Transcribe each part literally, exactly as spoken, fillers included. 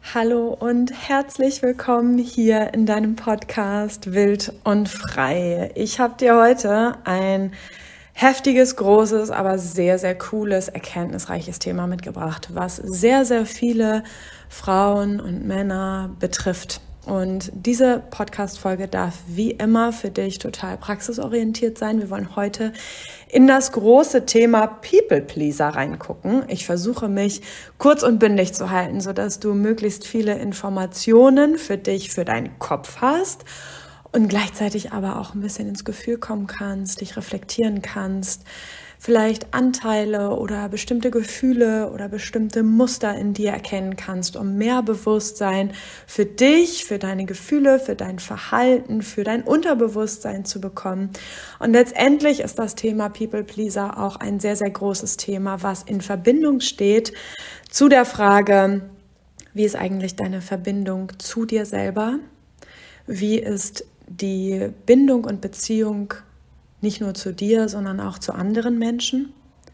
Hallo und herzlich willkommen hier in deinem Podcast Wild und Frei. Ich habe dir heute ein heftiges, großes, aber sehr, sehr cooles, erkenntnisreiches Thema mitgebracht, was sehr, sehr viele Frauen und Männer betrifft. Und diese Podcast-Folge darf wie immer für dich total praxisorientiert sein. Wir wollen heute in das große Thema People-Pleaser reingucken. Ich versuche mich kurz und bündig zu halten, sodass du möglichst viele Informationen für dich, für deinen Kopf hast und gleichzeitig aber auch ein bisschen ins Gefühl kommen kannst, dich reflektieren kannst, vielleicht Anteile oder bestimmte Gefühle oder bestimmte Muster in dir erkennen kannst, um mehr Bewusstsein für dich, für deine Gefühle, für dein Verhalten, für dein Unterbewusstsein zu bekommen. Und letztendlich ist das Thema People Pleaser auch ein sehr, sehr großes Thema, was in Verbindung steht zu der Frage, wie ist eigentlich deine Verbindung zu dir selber? Wie ist die Bindung und Beziehung nicht nur zu dir, sondern auch zu anderen Menschen?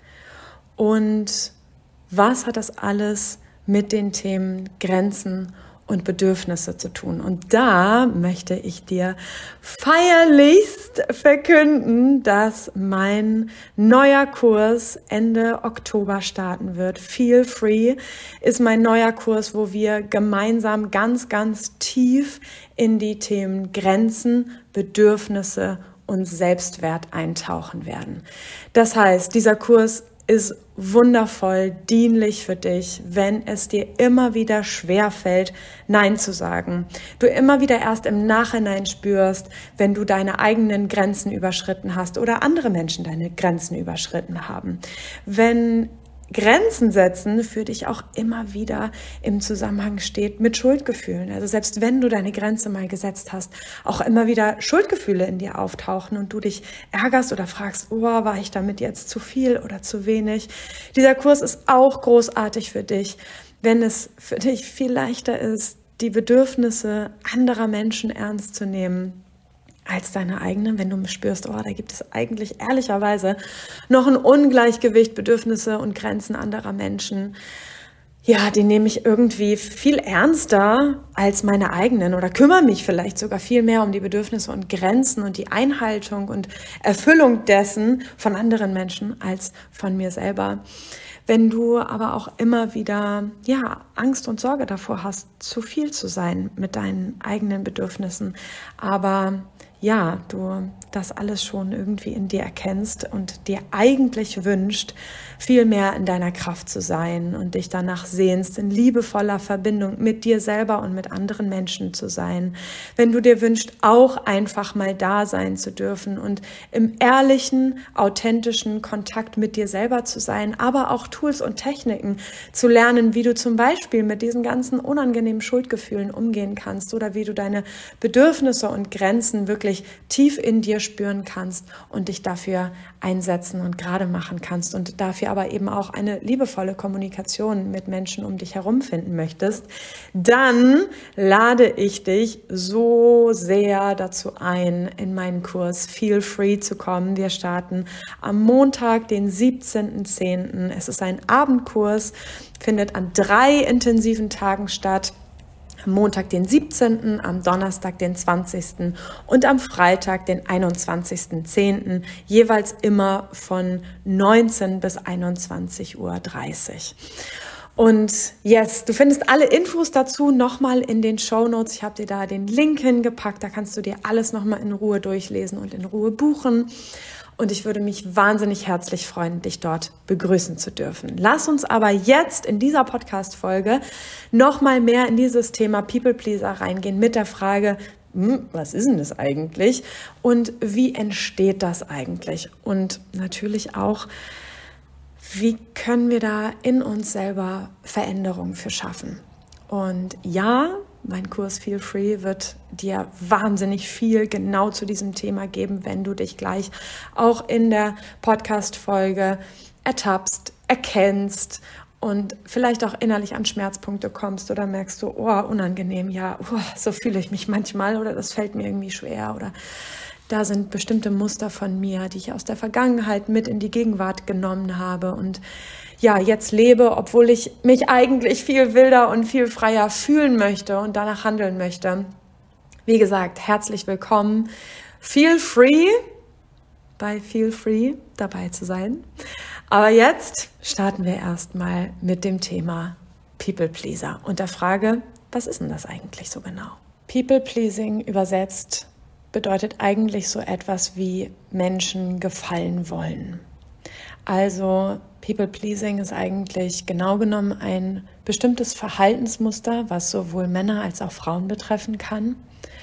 Und was hat das alles mit den Themen Grenzen und Bedürfnisse zu tun? Und da möchte ich dir feierlichst verkünden, dass mein neuer Kurs Ende Oktober starten wird. Feel Free ist mein neuer Kurs, wo wir gemeinsam ganz, ganz tief in die Themen Grenzen, Bedürfnisse und Selbstwert eintauchen werden. Das heißt, dieser Kurs ist wundervoll, dienlich für dich, wenn es dir immer wieder schwerfällt, Nein zu sagen. Du immer wieder erst im Nachhinein spürst, wenn du deine eigenen Grenzen überschritten hast oder andere Menschen deine Grenzen überschritten haben. Wenn Grenzen setzen für dich auch immer wieder im Zusammenhang steht mit Schuldgefühlen. Also selbst wenn du deine Grenze mal gesetzt hast, auch immer wieder Schuldgefühle in dir auftauchen und du dich ärgerst oder fragst, oh, war ich damit jetzt zu viel oder zu wenig? Dieser Kurs ist auch großartig für dich, wenn es für dich viel leichter ist, die Bedürfnisse anderer Menschen ernst zu nehmen als deine eigenen, wenn du spürst, oh, da gibt es eigentlich ehrlicherweise noch ein Ungleichgewicht, Bedürfnisse und Grenzen anderer Menschen. Ja, die nehme ich irgendwie viel ernster als meine eigenen oder kümmere mich vielleicht sogar viel mehr um die Bedürfnisse und Grenzen und die Einhaltung und Erfüllung dessen von anderen Menschen als von mir selber. Wenn du aber auch immer wieder ja, Angst und Sorge davor hast, zu viel zu sein mit deinen eigenen Bedürfnissen, aber ja, du das alles schon irgendwie in dir erkennst und dir eigentlich wünscht, viel mehr in deiner Kraft zu sein und dich danach sehnst, in liebevoller Verbindung mit dir selber und mit anderen Menschen zu sein. Wenn du dir wünschst, auch einfach mal da sein zu dürfen und im ehrlichen, authentischen Kontakt mit dir selber zu sein, aber auch Tools und Techniken zu lernen, wie du zum Beispiel mit diesen ganzen unangenehmen Schuldgefühlen umgehen kannst oder wie du deine Bedürfnisse und Grenzen wirklich tief in dir spüren kannst und dich dafür einsetzen und gerade machen kannst und dafür aber eben auch eine liebevolle Kommunikation mit Menschen um dich herum finden möchtest, dann lade ich dich so sehr dazu ein, in meinen Kurs Feel Free zu kommen. Wir starten am Montag, den siebzehnten zehnten Es ist ein Abendkurs, findet an drei intensiven Tagen statt. Am Montag, den siebzehnten, am Donnerstag, den zwanzigsten und am Freitag, den einundzwanzigsten zehnten jeweils immer von neunzehn bis einundzwanzig Uhr dreißig. Und yes, du findest alle Infos dazu nochmal in den Shownotes. Ich habe dir da den Link hingepackt, da kannst du dir alles nochmal in Ruhe durchlesen und in Ruhe buchen. Und ich würde mich wahnsinnig herzlich freuen, dich dort begrüßen zu dürfen. Lass uns aber jetzt in dieser Podcast-Folge nochmal mehr in dieses Thema People Pleaser reingehen mit der Frage, hm, was ist denn das eigentlich? Und wie entsteht das eigentlich? Und natürlich auch, wie können wir da in uns selber Veränderungen für schaffen? Und ja, mein Kurs Feel Free wird dir wahnsinnig viel genau zu diesem Thema geben, wenn du dich gleich auch in der Podcast-Folge ertappst, erkennst und vielleicht auch innerlich an Schmerzpunkte kommst oder merkst du, oh, unangenehm, ja, oh, so fühle ich mich manchmal oder das fällt mir irgendwie schwer oder da sind bestimmte Muster von mir, die ich aus der Vergangenheit mit in die Gegenwart genommen habe und ja jetzt lebe, obwohl ich mich eigentlich viel wilder und viel freier fühlen möchte und danach handeln möchte. Wie gesagt, herzlich willkommen. Feel free, bei Feel Free dabei zu sein. Aber jetzt starten wir erstmal mit dem Thema People Pleaser und der Frage, was ist denn das eigentlich so genau? People Pleasing übersetzt bedeutet eigentlich so etwas wie Menschen gefallen wollen. Also People Pleasing ist eigentlich genau genommen ein bestimmtes Verhaltensmuster, was sowohl Männer als auch Frauen betreffen kann.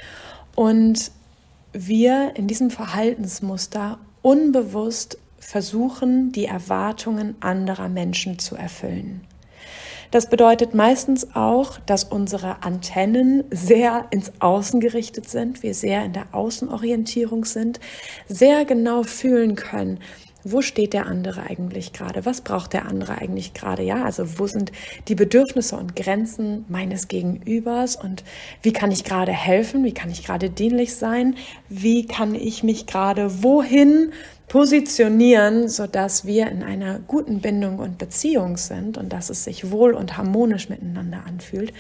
Und wir in diesem Verhaltensmuster unbewusst versuchen, die Erwartungen anderer Menschen zu erfüllen. Das bedeutet meistens auch, dass unsere Antennen sehr ins Außen gerichtet sind, wir sehr in der Außenorientierung sind, sehr genau fühlen können, wo steht der andere eigentlich gerade, was braucht der andere eigentlich gerade, ja, also wo sind die Bedürfnisse und Grenzen meines Gegenübers und wie kann ich gerade helfen, wie kann ich gerade dienlich sein, wie kann ich mich gerade wohin positionieren, sodass wir in einer guten Bindung und Beziehung sind und dass es sich wohl und harmonisch miteinander anfühlt.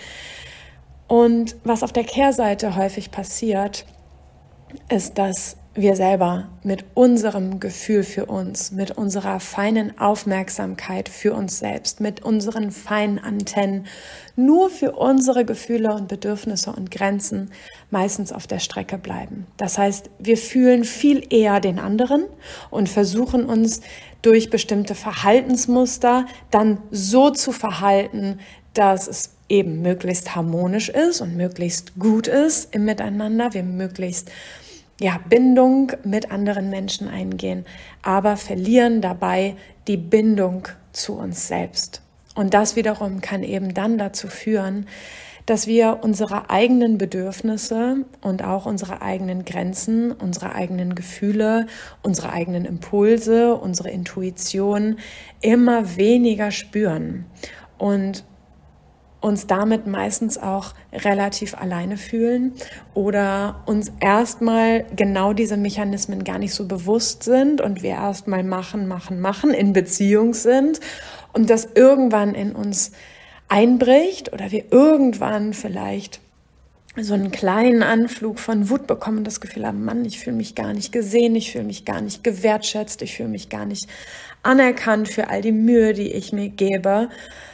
Und was auf der Kehrseite häufig passiert, ist, dass wir selber mit unserem Gefühl für uns, mit unserer feinen Aufmerksamkeit für uns selbst, mit unseren feinen Antennen nur für unsere Gefühle und Bedürfnisse und Grenzen meistens auf der Strecke bleiben. Das heißt, wir fühlen viel eher den anderen und versuchen uns durch bestimmte Verhaltensmuster dann so zu verhalten, dass es eben möglichst harmonisch ist und möglichst gut ist im Miteinander, wir möglichst ja, Bindung mit anderen Menschen eingehen, aber verlieren dabei die Bindung zu uns selbst. Und das wiederum kann eben dann dazu führen, dass wir unsere eigenen Bedürfnisse und auch unsere eigenen Grenzen, unsere eigenen Gefühle, unsere eigenen Impulse, unsere Intuition immer weniger spüren und uns damit meistens auch relativ alleine fühlen oder uns erstmal genau diese Mechanismen gar nicht so bewusst sind und wir erstmal machen, machen, machen in Beziehung sind und das irgendwann in uns einbricht oder wir irgendwann vielleicht so einen kleinen Anflug von Wut bekommen und das Gefühl haben, Mann, ich fühle mich gar nicht gesehen, ich fühle mich gar nicht gewertschätzt, ich fühle mich gar nicht anerkannt für all die Mühe, die ich mir gebe.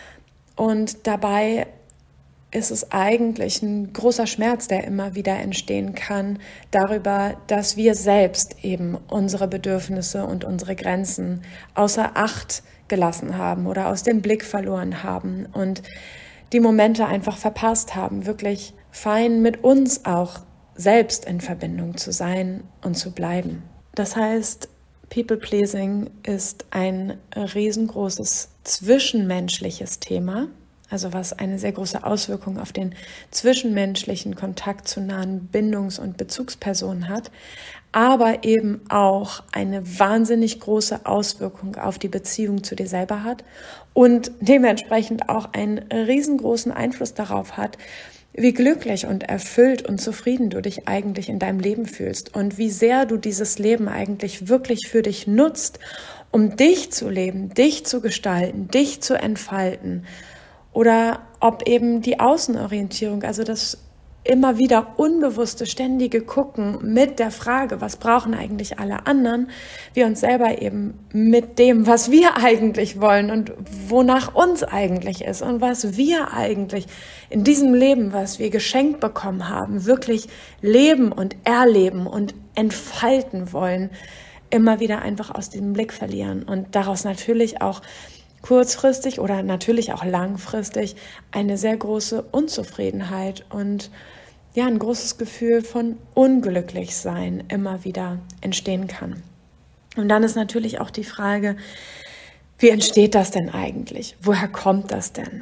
Und dabei ist es eigentlich ein großer Schmerz, der immer wieder entstehen kann, darüber, dass wir selbst eben unsere Bedürfnisse und unsere Grenzen außer Acht gelassen haben oder aus dem Blick verloren haben und die Momente einfach verpasst haben, wirklich fein mit uns auch selbst in Verbindung zu sein und zu bleiben. Das heißt, People-Pleasing ist ein riesengroßes zwischenmenschliches Thema, also was eine sehr große Auswirkung auf den zwischenmenschlichen Kontakt zu nahen Bindungs- und Bezugspersonen hat, aber eben auch eine wahnsinnig große Auswirkung auf die Beziehung zu dir selber hat und dementsprechend auch einen riesengroßen Einfluss darauf hat, wie glücklich und erfüllt und zufrieden du dich eigentlich in deinem Leben fühlst und wie sehr du dieses Leben eigentlich wirklich für dich nutzt, um dich zu leben, dich zu gestalten, dich zu entfalten. Oder ob eben die Außenorientierung, also das immer wieder unbewusste, ständige Gucken mit der Frage, was brauchen eigentlich alle anderen, wir uns selber eben mit dem, was wir eigentlich wollen und wonach uns eigentlich ist und was wir eigentlich in diesem Leben, was wir geschenkt bekommen haben, wirklich leben und erleben und entfalten wollen, immer wieder einfach aus dem Blick verlieren und daraus natürlich auch kurzfristig oder natürlich auch langfristig eine sehr große Unzufriedenheit und ja, ein großes Gefühl von Unglücklichsein immer wieder entstehen kann. Und dann ist natürlich auch die Frage, wie entsteht das denn eigentlich? Woher kommt das denn?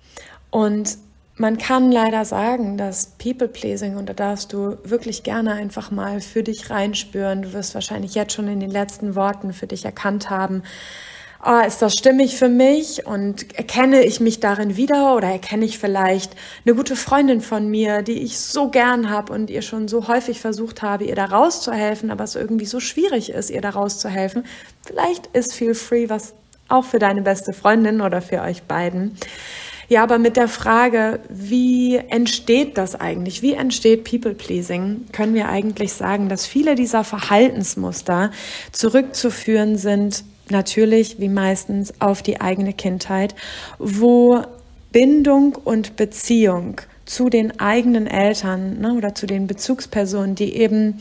Und man kann leider sagen, dass People-Pleasing, und da darfst du wirklich gerne einfach mal für dich reinspüren, du wirst wahrscheinlich jetzt schon in den letzten Worten für dich erkannt haben, oh, ist das stimmig für mich und erkenne ich mich darin wieder oder erkenne ich vielleicht eine gute Freundin von mir, die ich so gern habe und ihr schon so häufig versucht habe, ihr da rauszuhelfen, aber es irgendwie so schwierig ist, ihr da rauszuhelfen. Vielleicht ist Feel Free was auch für deine beste Freundin oder für euch beiden. Ja, aber mit der Frage, wie entsteht das eigentlich? Wie entsteht People-Pleasing? Können wir eigentlich sagen, dass viele dieser Verhaltensmuster zurückzuführen sind, natürlich wie meistens auf die eigene Kindheit, wo Bindung und Beziehung zu den eigenen Eltern, ne, oder zu den Bezugspersonen, die eben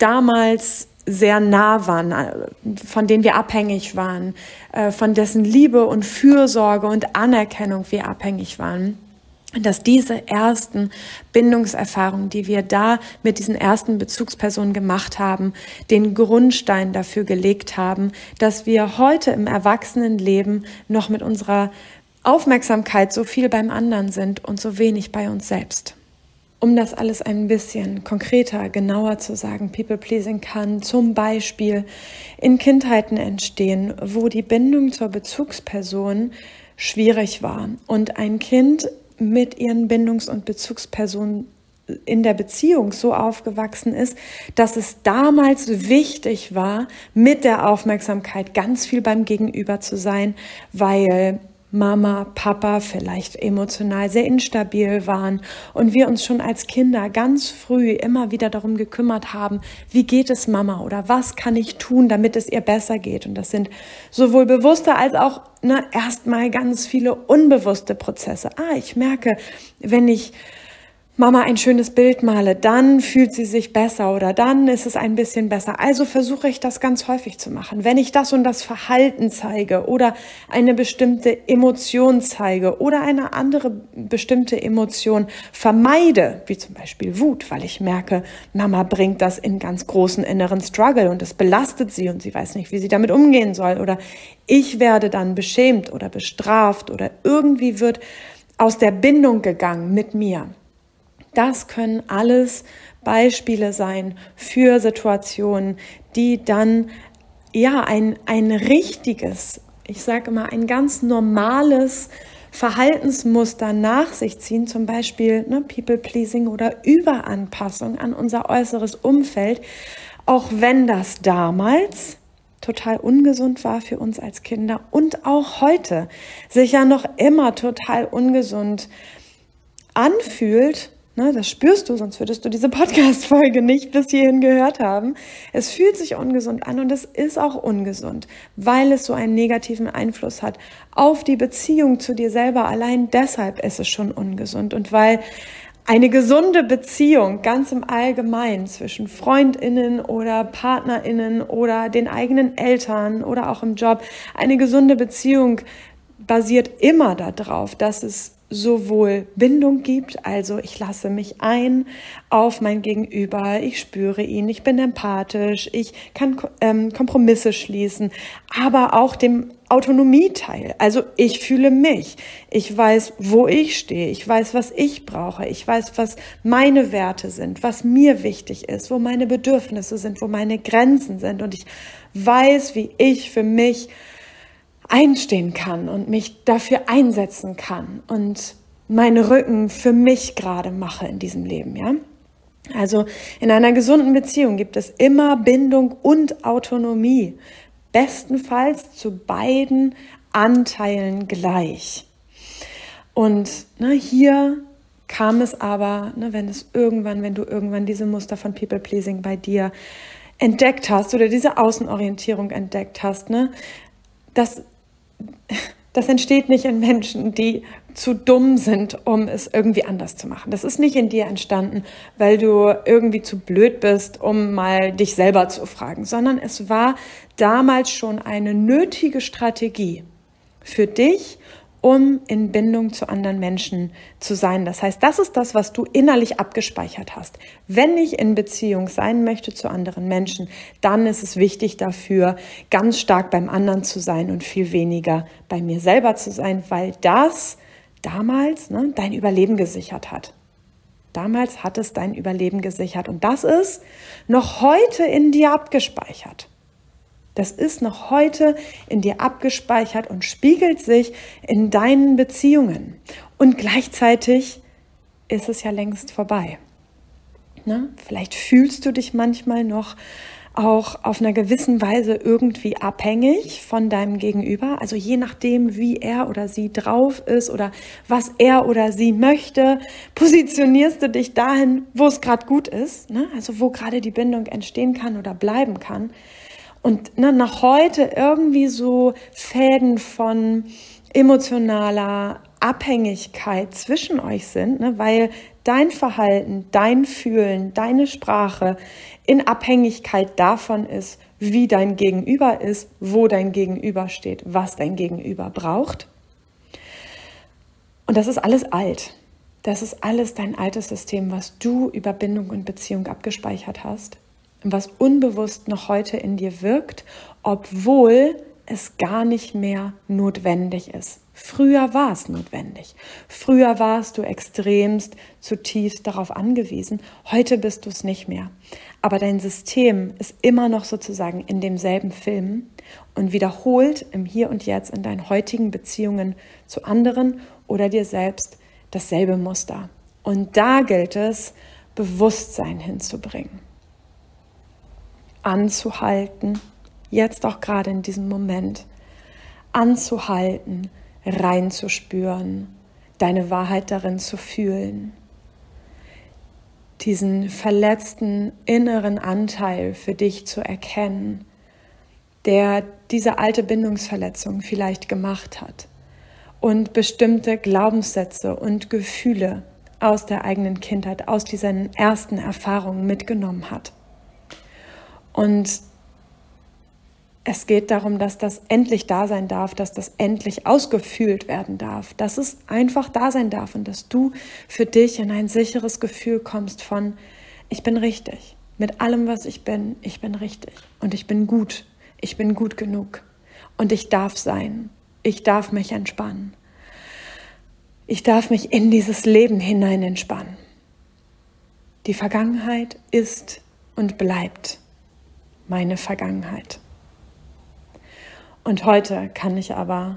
damals sehr nah waren, von denen wir abhängig waren, von dessen Liebe und Fürsorge und Anerkennung wir abhängig waren, dass diese ersten Bindungserfahrungen, die wir da mit diesen ersten Bezugspersonen gemacht haben, den Grundstein dafür gelegt haben, dass wir heute im Erwachsenenleben noch mit unserer Aufmerksamkeit so viel beim anderen sind und so wenig bei uns selbst. Um das alles ein bisschen konkreter, genauer zu sagen, People-Pleasing kann zum Beispiel in Kindheiten entstehen, wo die Bindung zur Bezugsperson schwierig war und ein Kind mit ihren Bindungs- und Bezugspersonen in der Beziehung so aufgewachsen ist, dass es damals wichtig war, mit der Aufmerksamkeit ganz viel beim Gegenüber zu sein, weil Mama, Papa vielleicht emotional sehr instabil waren und wir uns schon als Kinder ganz früh immer wieder darum gekümmert haben, wie geht es Mama oder was kann ich tun, damit es ihr besser geht. Und das sind sowohl bewusste als auch ne, erstmal ganz viele unbewusste Prozesse. Ah, ich merke, wenn ich Mama ein schönes Bild male, dann fühlt sie sich besser oder dann ist es ein bisschen besser. Also versuche ich das ganz häufig zu machen. Wenn ich das und das Verhalten zeige oder eine bestimmte Emotion zeige oder eine andere bestimmte Emotion vermeide, wie zum Beispiel Wut, weil ich merke, Mama bringt das in ganz großen inneren Struggle und es belastet sie und sie weiß nicht, wie sie damit umgehen soll. Oder ich werde dann beschämt oder bestraft oder irgendwie wird aus der Bindung gegangen mit mir. Das können alles Beispiele sein für Situationen, die dann ja ein, ein richtiges, ich sage immer ein ganz normales Verhaltensmuster nach sich ziehen, zum Beispiel ne, People-Pleasing oder Überanpassung an unser äußeres Umfeld, auch wenn das damals total ungesund war für uns als Kinder und auch heute sich ja noch immer total ungesund anfühlt. Das spürst du, sonst würdest du diese Podcast-Folge nicht bis hierhin gehört haben. Es fühlt sich ungesund an und es ist auch ungesund, weil es so einen negativen Einfluss hat auf die Beziehung zu dir selber. Allein deshalb ist es schon ungesund und weil eine gesunde Beziehung ganz im Allgemeinen zwischen FreundInnen oder PartnerInnen oder den eigenen Eltern oder auch im Job, eine gesunde Beziehung basiert immer darauf, dass es sowohl Bindung gibt, also ich lasse mich ein auf mein Gegenüber, ich spüre ihn, ich bin empathisch, ich kann ähm, Kompromisse schließen, aber auch dem Autonomieteil, also ich fühle mich, ich weiß, wo ich stehe, ich weiß, was ich brauche, ich weiß, was meine Werte sind, was mir wichtig ist, wo meine Bedürfnisse sind, wo meine Grenzen sind und ich weiß, wie ich für mich einstehen kann und mich dafür einsetzen kann und meinen Rücken für mich gerade mache in diesem Leben, ja? Also in einer gesunden Beziehung gibt es immer Bindung und Autonomie, bestenfalls zu beiden Anteilen gleich. Und ne, hier kam es aber, ne, wenn es irgendwann, wenn du irgendwann diese Muster von People-Pleasing bei dir entdeckt hast oder diese Außenorientierung entdeckt hast, ne, das Das entsteht nicht in Menschen, die zu dumm sind, um es irgendwie anders zu machen. Das ist nicht in dir entstanden, weil du irgendwie zu blöd bist, um mal dich selber zu fragen, sondern es war damals schon eine nötige Strategie für dich, um in Bindung zu anderen Menschen zu sein. Das heißt, das ist das, was du innerlich abgespeichert hast. Wenn ich in Beziehung sein möchte zu anderen Menschen, dann ist es wichtig dafür, ganz stark beim anderen zu sein und viel weniger bei mir selber zu sein, weil das damals ne, dein Überleben gesichert hat. Damals hat es dein Überleben gesichert und das ist noch heute in dir abgespeichert. Das ist noch heute in dir abgespeichert und spiegelt sich in deinen Beziehungen. Und gleichzeitig ist es ja längst vorbei. Ne? Vielleicht fühlst du dich manchmal noch auch auf einer gewissen Weise irgendwie abhängig von deinem Gegenüber. Also je nachdem, wie er oder sie drauf ist oder was er oder sie möchte, positionierst du dich dahin, wo es gerade gut ist, ne? Also wo gerade die Bindung entstehen kann oder bleiben kann. Und ne, nach heute irgendwie so Fäden von emotionaler Abhängigkeit zwischen euch sind, ne, weil dein Verhalten, dein Fühlen, deine Sprache in Abhängigkeit davon ist, wie dein Gegenüber ist, wo dein Gegenüber steht, was dein Gegenüber braucht. Und das ist alles alt. Das ist alles dein altes System, was du über Bindung und Beziehung abgespeichert hast und was unbewusst noch heute in dir wirkt, obwohl es gar nicht mehr notwendig ist. Früher war es notwendig. Früher warst du extremst, zutiefst darauf angewiesen. Heute bist du es nicht mehr. Aber dein System ist immer noch sozusagen in demselben Film und wiederholt im Hier und Jetzt in deinen heutigen Beziehungen zu anderen oder dir selbst dasselbe Muster. Und da gilt es, Bewusstsein hinzubringen. Anzuhalten, jetzt auch gerade in diesem Moment, anzuhalten, reinzuspüren, deine Wahrheit darin zu fühlen, diesen verletzten inneren Anteil für dich zu erkennen, der diese alte Bindungsverletzung vielleicht gemacht hat und bestimmte Glaubenssätze und Gefühle aus der eigenen Kindheit, aus diesen ersten Erfahrungen mitgenommen hat. Und es geht darum, dass das endlich da sein darf, dass das endlich ausgefühlt werden darf, dass es einfach da sein darf und dass du für dich in ein sicheres Gefühl kommst von, ich bin richtig, mit allem, was ich bin, ich bin richtig und ich bin gut, ich bin gut genug und ich darf sein, ich darf mich entspannen, ich darf mich in dieses Leben hinein entspannen. Die Vergangenheit ist und bleibt meine Vergangenheit. Und heute kann ich aber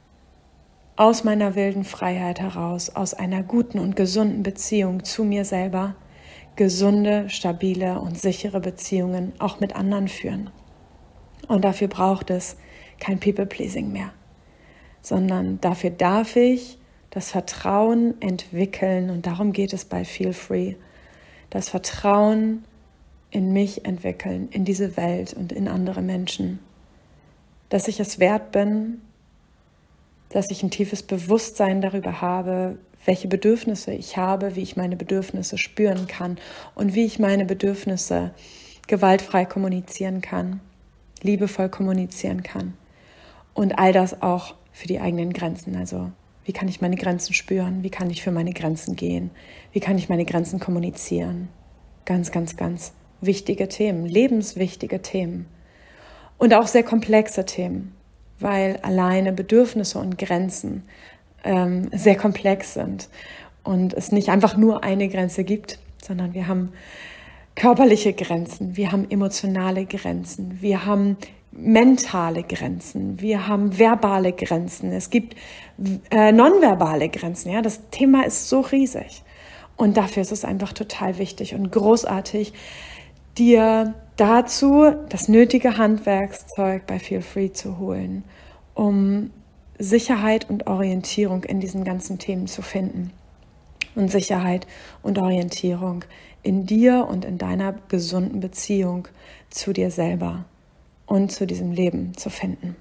aus meiner wilden Freiheit heraus, aus einer guten und gesunden Beziehung zu mir selber, gesunde, stabile und sichere Beziehungen auch mit anderen führen. Und dafür braucht es kein People-Pleasing mehr, sondern dafür darf ich das Vertrauen entwickeln und darum geht es bei Feel Free, das Vertrauen in mich entwickeln, in diese Welt und in andere Menschen. Dass ich es wert bin, dass ich ein tiefes Bewusstsein darüber habe, welche Bedürfnisse ich habe, wie ich meine Bedürfnisse spüren kann und wie ich meine Bedürfnisse gewaltfrei kommunizieren kann, liebevoll kommunizieren kann. Und all das auch für die eigenen Grenzen. Also wie kann ich meine Grenzen spüren, wie kann ich für meine Grenzen gehen, wie kann ich meine Grenzen kommunizieren. Ganz, ganz, ganz wichtige Themen, lebenswichtige Themen. Und auch sehr komplexe Themen, weil alleine Bedürfnisse und Grenzen ähm, sehr komplex sind und es nicht einfach nur eine Grenze gibt, sondern wir haben körperliche Grenzen, wir haben emotionale Grenzen, wir haben mentale Grenzen, wir haben verbale Grenzen, es gibt äh, nonverbale Grenzen. Ja, das Thema ist so riesig und dafür ist es einfach total wichtig und großartig, dir dazu das nötige Handwerkszeug bei Feel Free zu holen, um Sicherheit und Orientierung in diesen ganzen Themen zu finden. Und Sicherheit und Orientierung in dir und in deiner gesunden Beziehung zu dir selber und zu diesem Leben zu finden.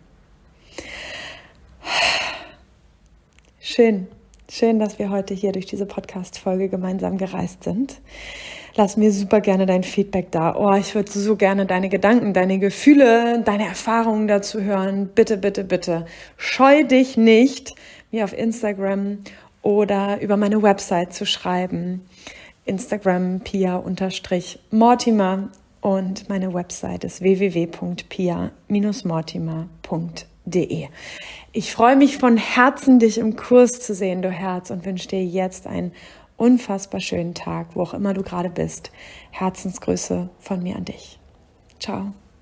Schön, schön, dass wir heute hier durch diese Podcast-Folge gemeinsam gereist sind. Lass mir super gerne dein Feedback da. Oh, ich würde so gerne deine Gedanken, deine Gefühle, deine Erfahrungen dazu hören. Bitte, bitte, bitte. Scheu dich nicht, mir auf Instagram oder über meine Website zu schreiben. Instagram pia-mortimer und meine Website ist w w w punkt pia Bindestrich mortimer punkt de. Ich freue mich von Herzen, dich im Kurs zu sehen, du Herz, und wünsche dir jetzt einen unfassbar schönen Tag, wo auch immer du gerade bist. Herzensgrüße von mir an dich. Ciao.